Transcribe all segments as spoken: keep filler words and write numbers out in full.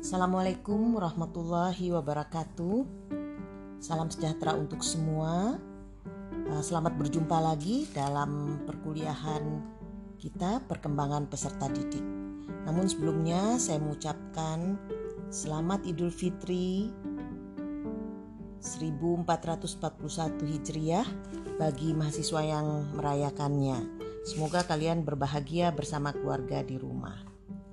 Assalamualaikum warahmatullahi wabarakatuh. Salam sejahtera untuk semua. Selamat berjumpa lagi dalam perkuliahan kita perkembangan peserta didik. Namun sebelumnya saya mengucapkan selamat Idul Fitri seribu empat ratus empat puluh satu Hijriah bagi mahasiswa yang merayakannya. Semoga kalian berbahagia bersama keluarga di rumah.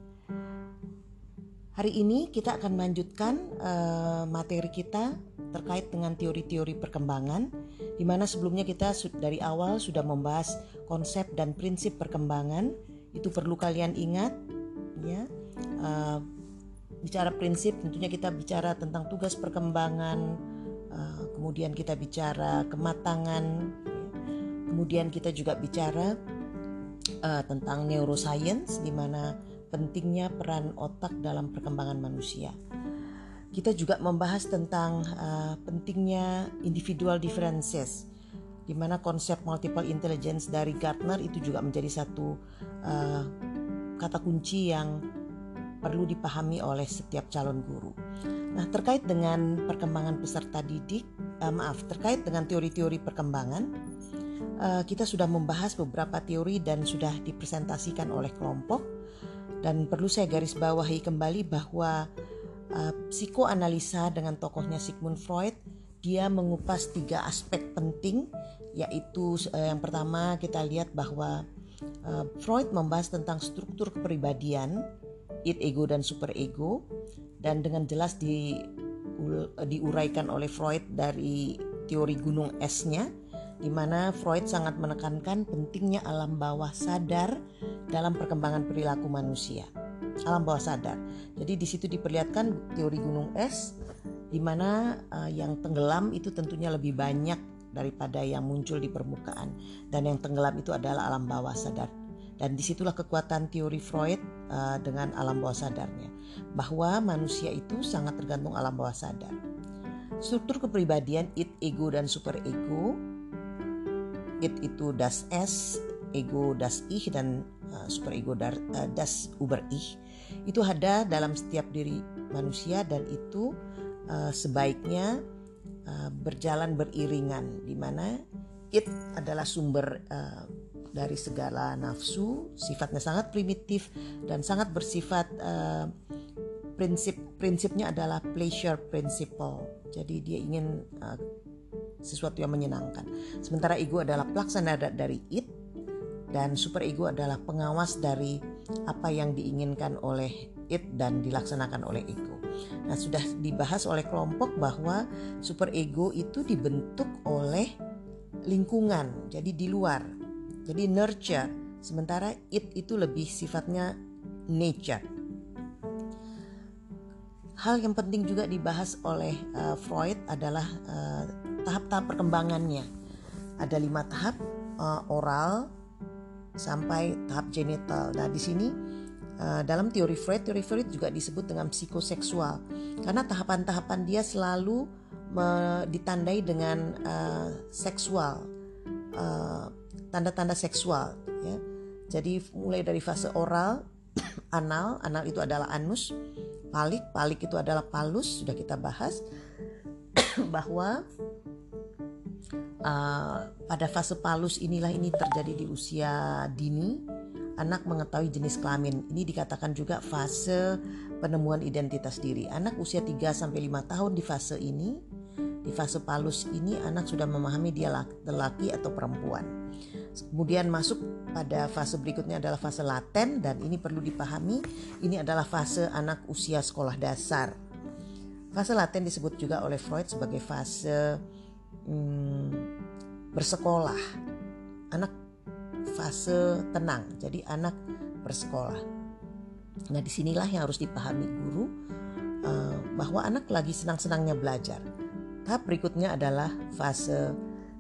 Hari ini kita akan melanjutkan uh, materi kita terkait dengan teori-teori perkembangan, di mana sebelumnya kita dari awal sudah membahas konsep dan prinsip perkembangan. Itu perlu kalian ingat, ya. Uh, bicara prinsip, tentunya kita bicara tentang tugas perkembangan, uh, kemudian kita bicara kematangan, ya. Kemudian kita juga bicara uh, tentang neuroscience, di mana pentingnya peran otak dalam perkembangan manusia. Kita juga membahas tentang uh, pentingnya individual differences, di mana konsep multiple intelligence dari Gardner itu juga menjadi satu uh, kata kunci yang perlu dipahami oleh setiap calon guru. Nah, terkait dengan perkembangan peserta didik, uh, maaf, terkait dengan teori-teori perkembangan, uh, kita sudah membahas beberapa teori dan sudah dipresentasikan oleh kelompok. Dan perlu saya garis bawahi kembali bahwa uh, psikoanalisa dengan tokohnya Sigmund Freud, dia mengupas tiga aspek penting, yaitu uh, yang pertama kita lihat bahwa uh, Freud membahas tentang struktur kepribadian, id, ego, dan superego, dan dengan jelas di, uh, diuraikan oleh Freud dari teori gunung esnya, di mana Freud sangat menekankan pentingnya alam bawah sadar dalam perkembangan perilaku manusia. Alam bawah sadar. Jadi di situ diperlihatkan teori gunung es, di mana uh, yang tenggelam itu tentunya lebih banyak daripada yang muncul di permukaan, dan yang tenggelam itu adalah alam bawah sadar. Dan disitulah kekuatan teori Freud uh, dengan alam bawah sadarnya, bahwa manusia itu sangat tergantung alam bawah sadar. Struktur kepribadian id, ego, dan superego. Id itu das es, ego das ich, dan uh, superego dar, uh, das über ich. Itu ada dalam setiap diri manusia, dan itu uh, sebaiknya uh, berjalan beriringan, di mana id adalah sumber uh, dari segala nafsu, sifatnya sangat primitif dan sangat bersifat uh, prinsip prinsipnya adalah pleasure principle. Jadi dia ingin uh, sesuatu yang menyenangkan. Sementara ego adalah pelaksana dari id, dan superego adalah pengawas dari apa yang diinginkan oleh id dan dilaksanakan oleh ego. Nah, sudah dibahas oleh kelompok bahwa superego itu dibentuk oleh lingkungan, jadi di luar, jadi nurture, sementara id itu lebih sifatnya nature. Hal yang penting juga dibahas oleh uh, Freud adalah uh, tahap-tahap perkembangannya. Ada lima tahap, uh, oral sampai tahap genital. Nah, di sini uh, dalam teori Freud, teori Freud juga disebut dengan psikoseksual, karena tahapan-tahapan dia selalu me- ditandai dengan uh, seksual, uh, tanda-tanda seksual. Ya. Jadi mulai dari fase oral, anal, anal itu adalah anus, palik, palik itu adalah palus, sudah kita bahas bahwa Uh, pada fase palus inilah ini terjadi di usia dini, anak mengetahui jenis kelamin. Ini dikatakan juga fase penemuan identitas diri. Anak usia tiga sampai lima tahun di fase ini, di fase palus ini anak sudah memahami dia laki atau perempuan. Kemudian masuk pada fase berikutnya adalah fase laten, dan ini perlu dipahami, ini adalah fase anak usia sekolah dasar. Fase laten disebut juga oleh Freud sebagai fase Hmm, bersekolah, anak fase tenang, jadi anak bersekolah. Nah, disinilah yang harus dipahami guru, uh, bahwa anak lagi senang-senangnya belajar. Tahap berikutnya adalah fase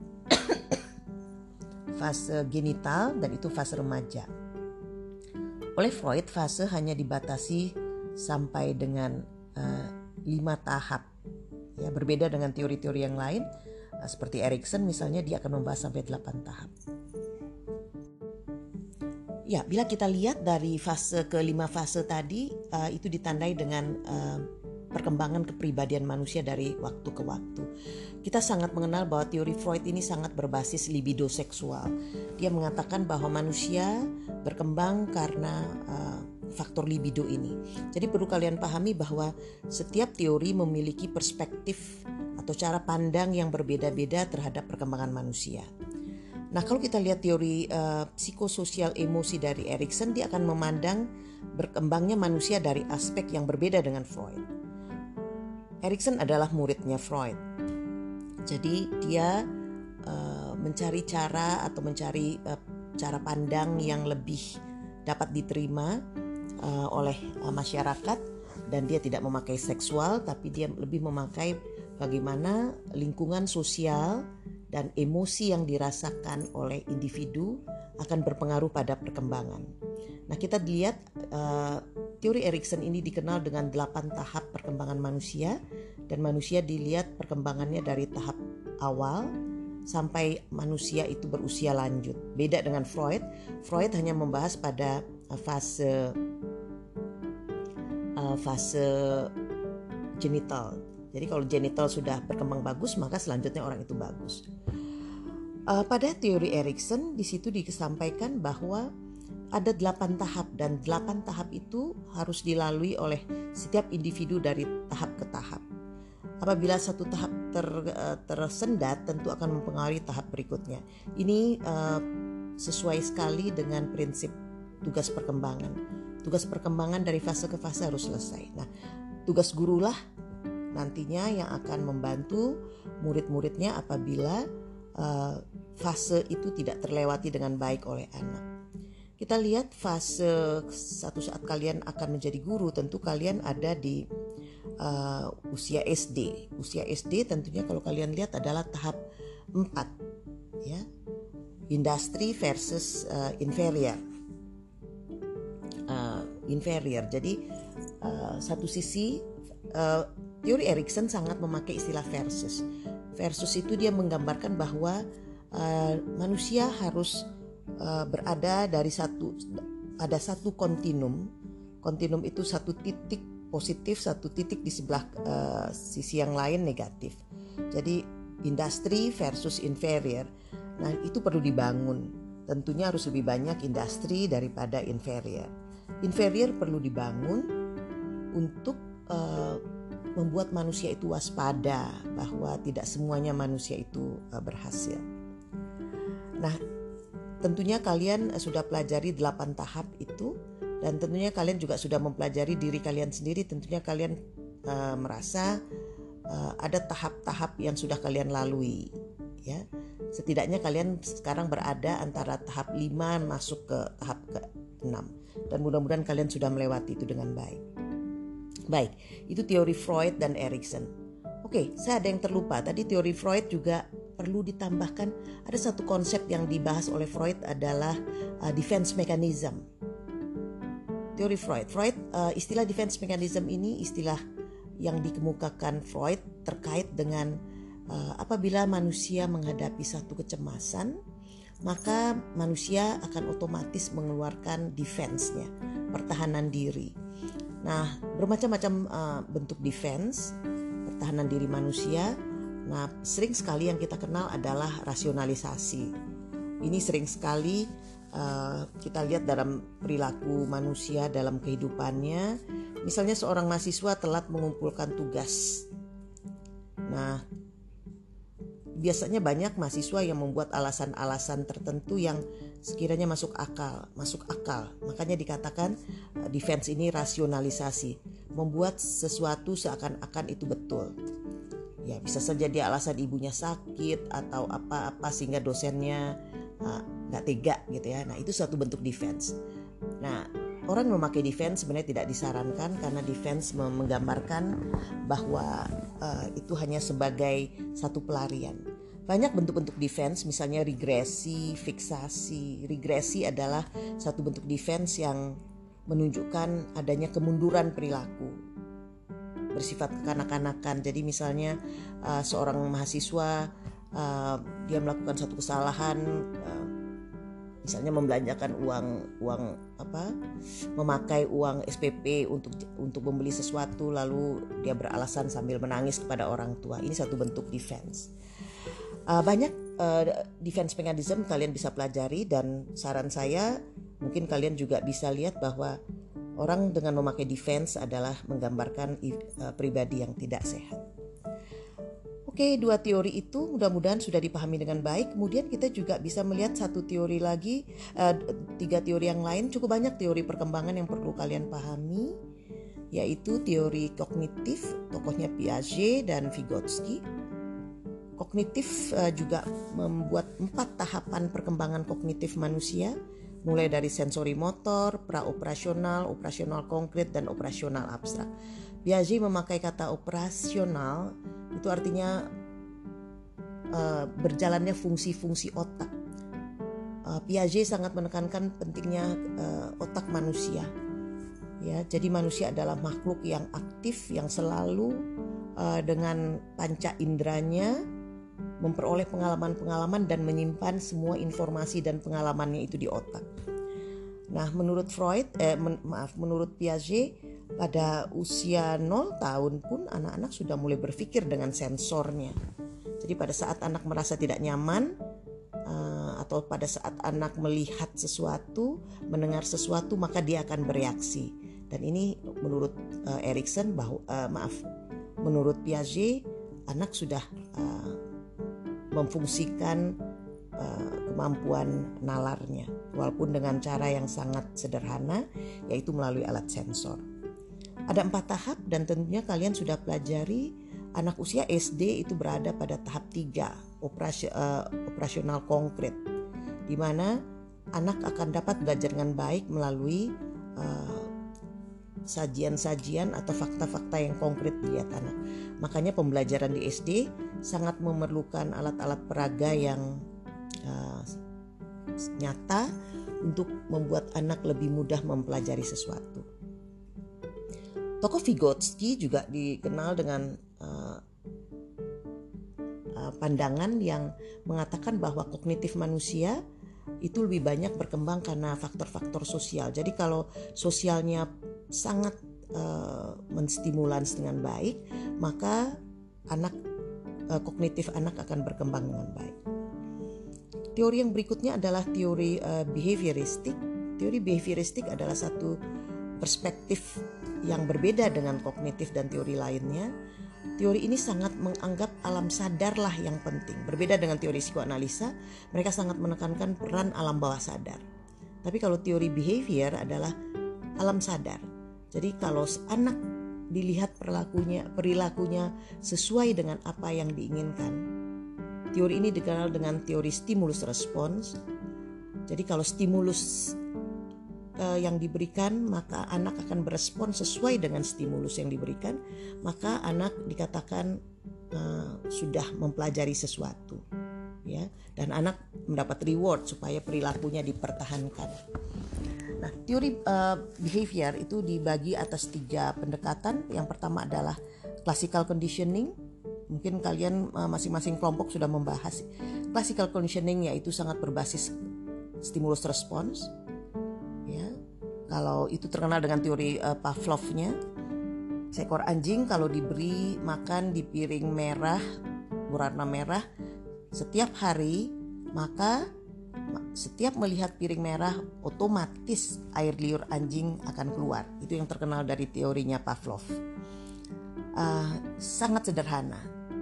fase genital, dan itu fase remaja. Oleh Freud, fase hanya dibatasi sampai dengan uh, lima tahap. Ya, berbeda dengan teori-teori yang lain. Seperti Erikson misalnya, dia akan membahas sampai delapan tahap. Ya, bila kita lihat dari fase kelima fase tadi, uh, itu ditandai dengan uh, perkembangan kepribadian manusia dari waktu ke waktu. Kita sangat mengenal bahwa teori Freud ini sangat berbasis libido seksual. Dia mengatakan bahwa manusia berkembang karena uh, faktor libido ini. Jadi perlu kalian pahami bahwa setiap teori memiliki perspektif atau cara pandang yang berbeda-beda terhadap perkembangan manusia. Nah, kalau kita lihat teori uh, psikososial emosi dari Erikson, dia akan memandang berkembangnya manusia dari aspek yang berbeda dengan Freud. Erikson adalah muridnya Freud. Jadi dia uh, mencari cara atau mencari uh, cara pandang yang lebih dapat diterima uh, oleh uh, masyarakat, dan dia tidak memakai seksual, tapi dia lebih memakai bagaimana lingkungan sosial dan emosi yang dirasakan oleh individu akan berpengaruh pada perkembangan. Nah, kita lihat uh, teori Erikson ini dikenal dengan delapan tahap perkembangan manusia, dan manusia dilihat perkembangannya dari tahap awal sampai manusia itu berusia lanjut. Beda dengan Freud. Freud hanya membahas pada uh, fase uh, fase genital. Jadi kalau genital sudah berkembang bagus, maka selanjutnya orang itu bagus. Uh, pada teori Erikson, di situ disampaikan bahwa ada delapan tahap, dan delapan tahap itu harus dilalui oleh setiap individu dari tahap ke tahap. Apabila satu tahap ter, uh, tersendat, tentu akan mempengaruhi tahap berikutnya. Ini uh, sesuai sekali dengan prinsip tugas perkembangan. Tugas perkembangan dari fase ke fase harus selesai. Nah, tugas gurulah nantinya yang akan membantu murid-muridnya apabila uh, fase itu tidak terlewati dengan baik oleh anak. Kita lihat fase satu saat kalian akan menjadi guru, tentu kalian ada di uh, usia S D. Usia S D tentunya kalau kalian lihat adalah tahap empat, ya. Industri versus uh, inferior. Uh, inferior. Jadi uh, satu sisi uh, teori Erikson sangat memakai istilah versus. Versus itu dia menggambarkan bahwa uh, manusia harus uh, berada dari satu, ada satu kontinum. Kontinum itu satu titik positif, satu titik di sebelah uh, sisi yang lain negatif. Jadi industri versus inferior. Nah, itu perlu dibangun. Tentunya harus lebih banyak industri daripada inferior. Inferior perlu dibangun untuk uh, membuat manusia itu waspada bahwa tidak semuanya manusia itu uh, berhasil. Nah, tentunya kalian uh, sudah pelajari delapan tahap itu, dan tentunya kalian juga sudah mempelajari diri kalian sendiri. Tentunya kalian uh, merasa uh, ada tahap-tahap yang sudah kalian lalui, ya. Setidaknya kalian sekarang berada antara tahap lima masuk ke tahap ke enam, dan mudah-mudahan kalian sudah melewati itu dengan baik. Baik, itu teori Freud dan Erikson. Oke, saya ada yang terlupa. Tadi teori Freud juga perlu ditambahkan. Ada satu konsep yang dibahas oleh Freud adalah uh, defense mechanism. Teori Freud. Freud, uh, istilah defense mechanism ini istilah yang dikemukakan Freud terkait dengan uh, apabila manusia menghadapi satu kecemasan, maka manusia akan otomatis mengeluarkan defense-nya, pertahanan diri. Nah, bermacam-macam uh, bentuk defense, pertahanan diri manusia. Nah, sering sekali yang kita kenal adalah rasionalisasi. Ini sering sekali uh, kita lihat dalam perilaku manusia dalam kehidupannya. Misalnya seorang mahasiswa telat mengumpulkan tugas. Nah, biasanya banyak mahasiswa yang membuat alasan-alasan tertentu yang sekiranya masuk akal, masuk akal. Makanya dikatakan uh, defense ini rasionalisasi, membuat sesuatu seakan-akan itu betul. Ya, bisa saja dia alasan ibunya sakit atau apa-apa sehingga dosennya uh, gak tega gitu ya. Nah, itu suatu bentuk defense. Nah, orang memakai defense sebenarnya tidak disarankan, karena defense menggambarkan bahwa uh, itu hanya sebagai satu pelarian. Banyak bentuk-bentuk defense, misalnya regresi, fiksasi. Regresi adalah satu bentuk defense yang menunjukkan adanya kemunduran perilaku, bersifat kekanak-kanakan. Jadi misalnya uh, seorang mahasiswa uh, dia melakukan satu kesalahan, uh, misalnya membelanjakan uang uang apa memakai uang S P P untuk untuk membeli sesuatu, lalu dia beralasan sambil menangis kepada orang tua. Ini satu bentuk defense. Uh, banyak uh, defense mechanism kalian bisa pelajari, dan saran saya mungkin kalian juga bisa lihat bahwa orang dengan memakai defense adalah menggambarkan uh, pribadi yang tidak sehat. Oke, dua teori itu mudah-mudahan sudah dipahami dengan baik. Kemudian kita juga bisa melihat satu teori lagi, uh, tiga teori yang lain. Cukup banyak teori perkembangan yang perlu kalian pahami, yaitu teori kognitif, tokohnya Piaget dan Vygotsky. Kognitif uh, juga membuat empat tahapan perkembangan kognitif manusia, mulai dari sensori motor, praoperasional, operasional konkret, dan operasional abstrak. Piaget memakai kata operasional, itu artinya uh, berjalannya fungsi-fungsi otak. Uh, Piaget sangat menekankan pentingnya uh, otak manusia. Ya, jadi manusia adalah makhluk yang aktif, yang selalu uh, dengan panca inderanya memperoleh pengalaman-pengalaman dan menyimpan semua informasi dan pengalamannya itu di otak. Nah, menurut Freud, eh, men, maaf, menurut Piaget, pada usia nol tahun pun anak-anak sudah mulai berpikir dengan sensornya. Jadi pada saat anak merasa tidak nyaman, uh, atau pada saat anak melihat sesuatu, mendengar sesuatu, maka dia akan bereaksi. Dan ini menurut uh, Erikson, bahwa, uh, maaf, menurut Piaget, anak sudah uh, memfungsikan uh, kemampuan nalarnya, walaupun dengan cara yang sangat sederhana, yaitu melalui alat sensor. Ada empat tahap, dan tentunya kalian sudah pelajari anak usia S D itu berada pada tahap tiga, operasi, uh, operasional konkret, di mana anak akan dapat belajar dengan baik melalui uh, sajian-sajian atau fakta-fakta yang konkret dilihat anak. Makanya pembelajaran di S D sangat memerlukan alat-alat peraga yang uh, nyata untuk membuat anak lebih mudah mempelajari sesuatu. Tokoh Vygotsky juga dikenal dengan uh, uh, pandangan yang mengatakan bahwa kognitif manusia itu lebih banyak berkembang karena faktor-faktor sosial. Jadi kalau sosialnya sangat uh, menstimulans dengan baik, maka anak uh, kognitif anak akan berkembang dengan baik. Teori yang berikutnya adalah teori uh, behavioristik. Teori behavioristik adalah satu perspektif yang berbeda dengan kognitif dan teori lainnya. Teori ini sangat menganggap alam sadarlah yang penting. Berbeda dengan teori psikoanalisa, mereka sangat menekankan peran alam bawah sadar. Tapi kalau teori behavior adalah alam sadar. Jadi kalau anak dilihat perilakunya, perilakunya sesuai dengan apa yang diinginkan. Teori ini dikenal dengan teori stimulus response. Jadi kalau stimulus Uh, yang diberikan, maka anak akan berespon sesuai dengan stimulus yang diberikan, maka anak dikatakan uh, sudah mempelajari sesuatu, ya, dan anak mendapat reward supaya perilakunya dipertahankan. Nah, teori uh, behavior itu dibagi atas tiga pendekatan. Yang pertama adalah classical conditioning. Mungkin kalian uh, masing-masing kelompok sudah membahas classical conditioning, yaitu sangat berbasis stimulus response. Kalau itu terkenal dengan teori uh, Pavlovnya, seekor anjing kalau diberi makan di piring merah berwarna merah setiap hari, maka setiap melihat piring merah otomatis air liur anjing akan keluar. Itu yang terkenal dari teorinya Pavlov. Uh, sangat sederhana.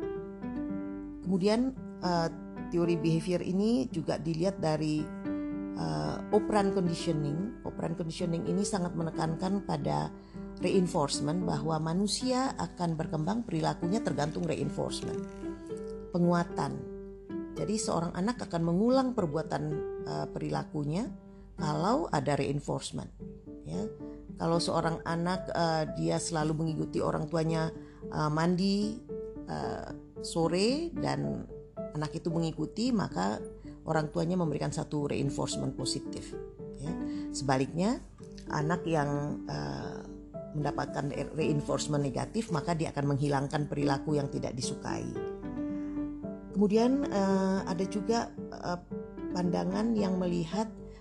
Kemudian uh, teori behavior ini juga dilihat dari Uh, operant conditioning. Operant conditioning ini sangat menekankan pada reinforcement, bahwa manusia akan berkembang perilakunya tergantung reinforcement, penguatan. Jadi seorang anak akan mengulang perbuatan uh, perilakunya kalau ada reinforcement. Ya, kalau seorang anak uh, dia selalu mengikuti orang tuanya uh, mandi uh, sore dan anak itu mengikuti, maka orang tuanya memberikan satu reinforcement positif. Ya. Sebaliknya, anak yang uh, mendapatkan reinforcement negatif, maka dia akan menghilangkan perilaku yang tidak disukai. Kemudian uh, ada juga uh, pandangan yang melihat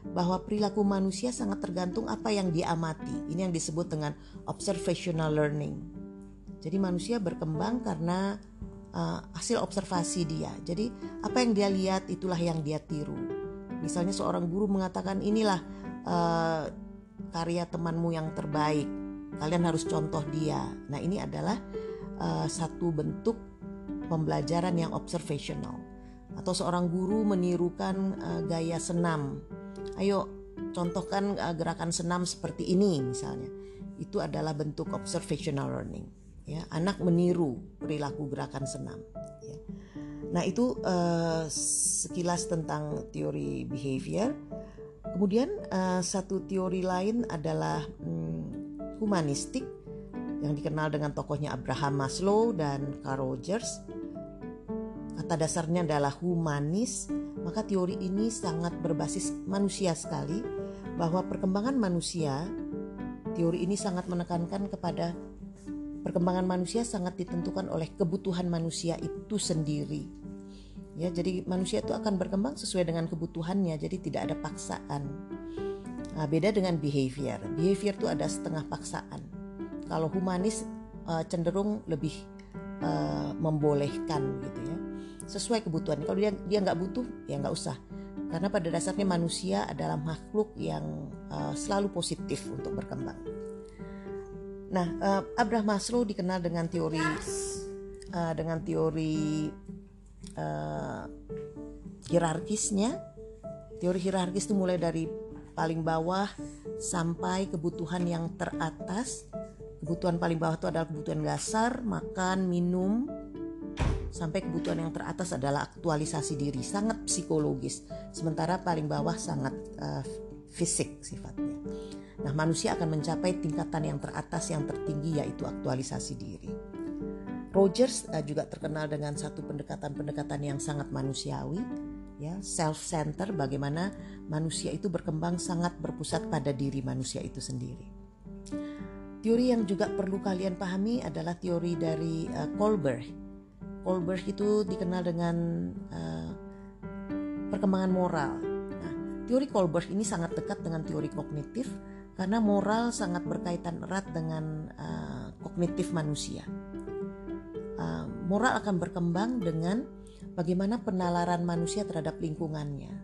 bahwa perilaku manusia sangat tergantung apa yang dia amati. Ini yang disebut dengan observational learning. Jadi manusia berkembang karena uh, hasil observasi dia. Jadi apa yang dia lihat itulah yang dia tiru. Misalnya seorang guru mengatakan inilah uh, karya temanmu yang terbaik, kalian harus contoh dia. Nah ini adalah uh, satu bentuk pembelajaran yang observational. Atau seorang guru menirukan uh, gaya senam, ayo contohkan uh, gerakan senam seperti ini misalnya. Itu adalah bentuk observational learning. Ya, anak meniru perilaku gerakan senam. Ya. Nah itu uh, sekilas tentang teori behavior. Kemudian uh, satu teori lain adalah hmm, humanistik yang dikenal dengan tokohnya Abraham Maslow dan Carl Rogers. Kata dasarnya adalah humanis, maka teori ini sangat berbasis manusia sekali, bahwa perkembangan manusia, teori ini sangat menekankan kepada perkembangan manusia sangat ditentukan oleh kebutuhan manusia itu sendiri. Ya, jadi manusia itu akan berkembang sesuai dengan kebutuhannya, jadi tidak ada paksaan. Nah, beda dengan behavior. Behavior itu ada setengah paksaan. Kalau humanis uh, cenderung lebih uh, membolehkan gitu ya, sesuai kebutuhan. Kalau dia dia nggak butuh, ya nggak usah. Karena pada dasarnya manusia adalah makhluk yang uh, selalu positif untuk berkembang. Nah, uh, Abraham Maslow dikenal dengan teori uh, dengan teori uh, hierarkisnya. Teori hierarkis itu mulai dari paling bawah sampai kebutuhan yang teratas. Kebutuhan paling bawah itu adalah kebutuhan dasar, makan, minum, sampai kebutuhan yang teratas adalah aktualisasi diri, sangat psikologis. Sementara paling bawah sangat uh, fisik sifatnya. Nah, manusia akan mencapai tingkatan yang teratas, yang tertinggi, yaitu aktualisasi diri. Rogers uh, juga terkenal dengan satu pendekatan-pendekatan yang sangat manusiawi, ya, self-center, bagaimana manusia itu berkembang sangat berpusat pada diri manusia itu sendiri. Teori yang juga perlu kalian pahami adalah teori dari uh, Kohlberg. Kohlberg itu dikenal dengan uh, perkembangan moral. Nah, teori Kohlberg ini sangat dekat dengan teori kognitif karena moral sangat berkaitan erat dengan uh, kognitif manusia. Uh, moral akan berkembang dengan bagaimana penalaran manusia terhadap lingkungannya.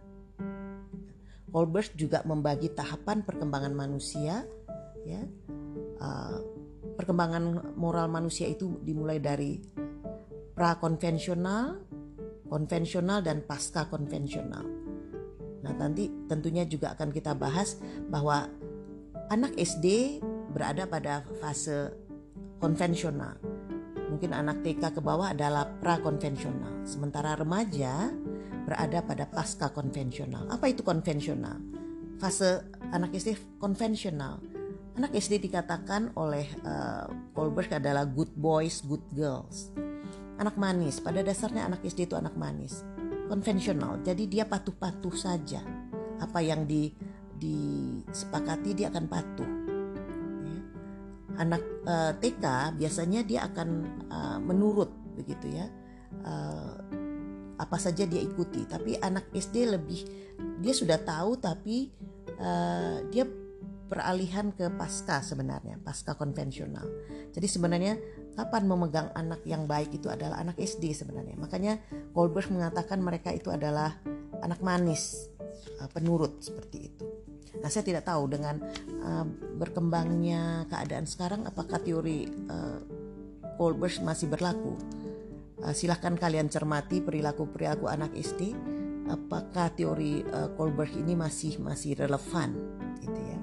Kohlberg juga membagi tahapan perkembangan manusia, ya. Uh, perkembangan moral manusia itu dimulai dari pra-konvensional, konvensional, dan pasca-konvensional. Nah, nanti tentunya juga akan kita bahas bahwa anak S D berada pada fase konvensional. Mungkin anak T K ke bawah adalah pra-konvensional. Sementara remaja berada pada pasca-konvensional. Apa itu konvensional? Fase anak S D konvensional. Anak S D dikatakan oleh uh, Kohlberg adalah good boys, good girls. Anak manis, pada dasarnya anak S D itu anak manis. Konvensional, jadi dia patuh-patuh saja. Apa yang di, disepakati dia akan patuh. Ya. Anak uh, T K biasanya dia akan uh, menurut begitu ya. Uh, apa saja dia ikuti. Tapi anak S D lebih, dia sudah tahu tapi uh, dia peralihan ke pasca sebenarnya, pasca konvensional. Jadi sebenarnya kapan memegang anak yang baik itu adalah anak S D sebenarnya. Makanya Kohlberg mengatakan mereka itu adalah anak manis, penurut seperti itu. Nah, saya tidak tahu dengan uh, berkembangnya keadaan sekarang apakah teori uh, Kohlberg masih berlaku. Uh, silahkan kalian cermati perilaku-perilaku anak S D. Apakah teori uh, Kohlberg ini masih masih relevan, gitu ya.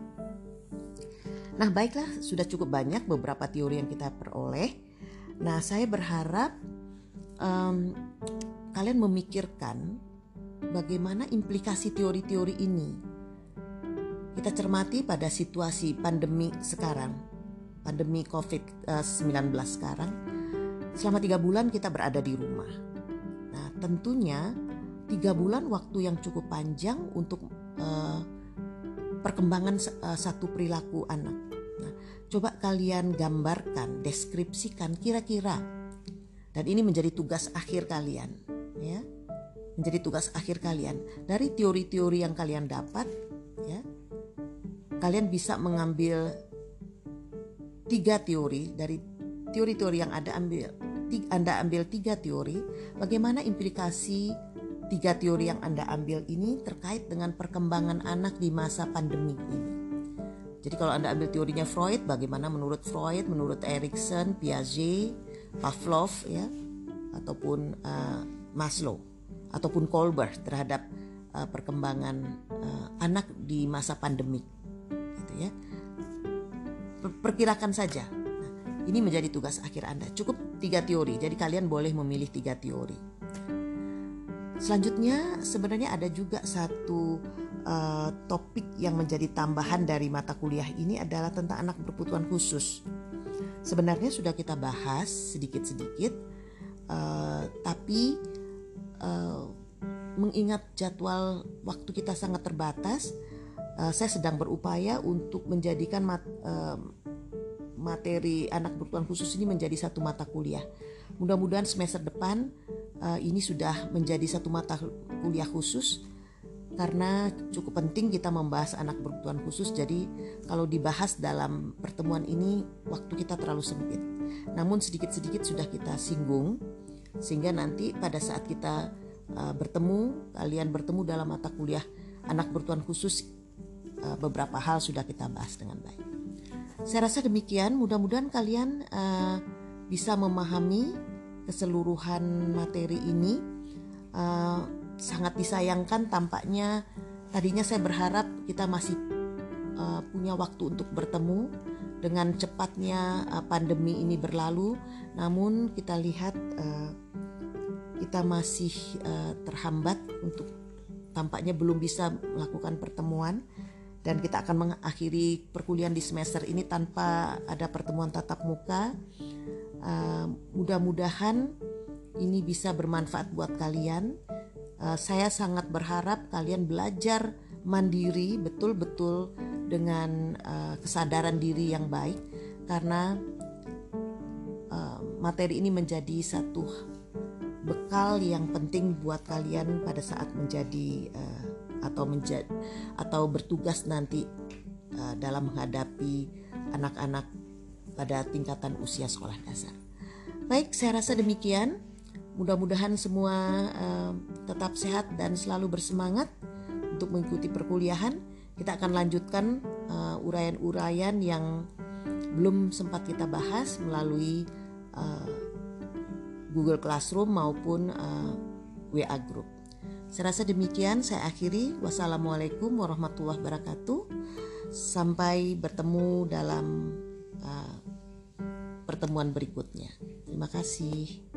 Nah, baiklah, sudah cukup banyak beberapa teori yang kita peroleh. Nah, saya berharap um, kalian memikirkan bagaimana implikasi teori-teori ini. Kita cermati pada situasi pandemi sekarang, pandemi covid sembilan belas sekarang. Selama tiga bulan kita berada di rumah. Nah, tentunya tiga bulan waktu yang cukup panjang untuk uh, perkembangan uh, satu perilaku anak. Nah, coba kalian gambarkan, deskripsikan kira-kira, dan ini menjadi tugas akhir kalian, ya, menjadi tugas akhir kalian dari teori-teori yang kalian dapat. kalian bisa mengambil tiga teori dari teori-teori yang ada ambil Anda ambil tiga teori, bagaimana implikasi tiga teori yang Anda ambil ini terkait dengan perkembangan anak di masa pandemi ini. Jadi kalau Anda ambil teorinya Freud, bagaimana menurut Freud, menurut Erikson, Piaget, Pavlov ya, ataupun uh, Maslow, ataupun Kolber terhadap uh, perkembangan uh, anak di masa pandemik, gitu ya. Perkirakan saja. Nah, ini menjadi tugas akhir Anda. Cukup tiga teori, jadi kalian boleh memilih tiga teori. Selanjutnya sebenarnya ada juga satu uh, topik yang menjadi tambahan dari mata kuliah ini adalah tentang anak berkebutuhan khusus. Sebenarnya sudah kita bahas sedikit-sedikit, uh, tapi uh, mengingat jadwal waktu kita sangat terbatas, uh, saya sedang berupaya untuk menjadikan mat, uh, materi anak berkebutuhan khusus ini menjadi satu mata kuliah. Mudah-mudahan semester depan uh, ini sudah menjadi satu mata kuliah khusus, karena cukup penting kita membahas anak berkebutuhan khusus. Jadi kalau dibahas dalam pertemuan ini waktu kita terlalu sempit. Namun sedikit-sedikit sudah kita singgung, sehingga nanti pada saat kita uh, bertemu, kalian bertemu dalam mata kuliah anak berkebutuhan khusus, uh, beberapa hal sudah kita bahas dengan baik. Saya rasa demikian, mudah-mudahan kalian uh, bisa memahami keseluruhan materi ini. Uh, sangat disayangkan tampaknya tadinya saya berharap kita masih uh, punya waktu untuk bertemu. Dengan cepatnya uh, pandemi ini berlalu, namun kita lihat uh, kita masih uh, terhambat untuk tampaknya belum bisa melakukan pertemuan. Dan kita akan mengakhiri perkuliahan di semester ini tanpa ada pertemuan tatap muka. Uh, mudah-mudahan ini bisa bermanfaat buat kalian. Uh, saya sangat berharap kalian belajar mandiri, betul-betul dengan uh, kesadaran diri yang baik, karena uh, materi ini menjadi satu bekal yang penting buat kalian pada saat menjadi uh, atau menjadi atau bertugas nanti uh, dalam menghadapi anak-anak pada tingkatan usia sekolah dasar. Baik, saya rasa demikian. Mudah-mudahan semua uh, tetap sehat dan selalu bersemangat untuk mengikuti perkuliahan. Kita akan lanjutkan uh, uraian-uraian yang belum sempat kita bahas melalui uh, Google Classroom maupun uh, W A Group. Saya rasa demikian, saya akhiri. Wassalamualaikum warahmatullahi wabarakatuh. Sampai bertemu dalam uh, pertemuan berikutnya. Terima kasih.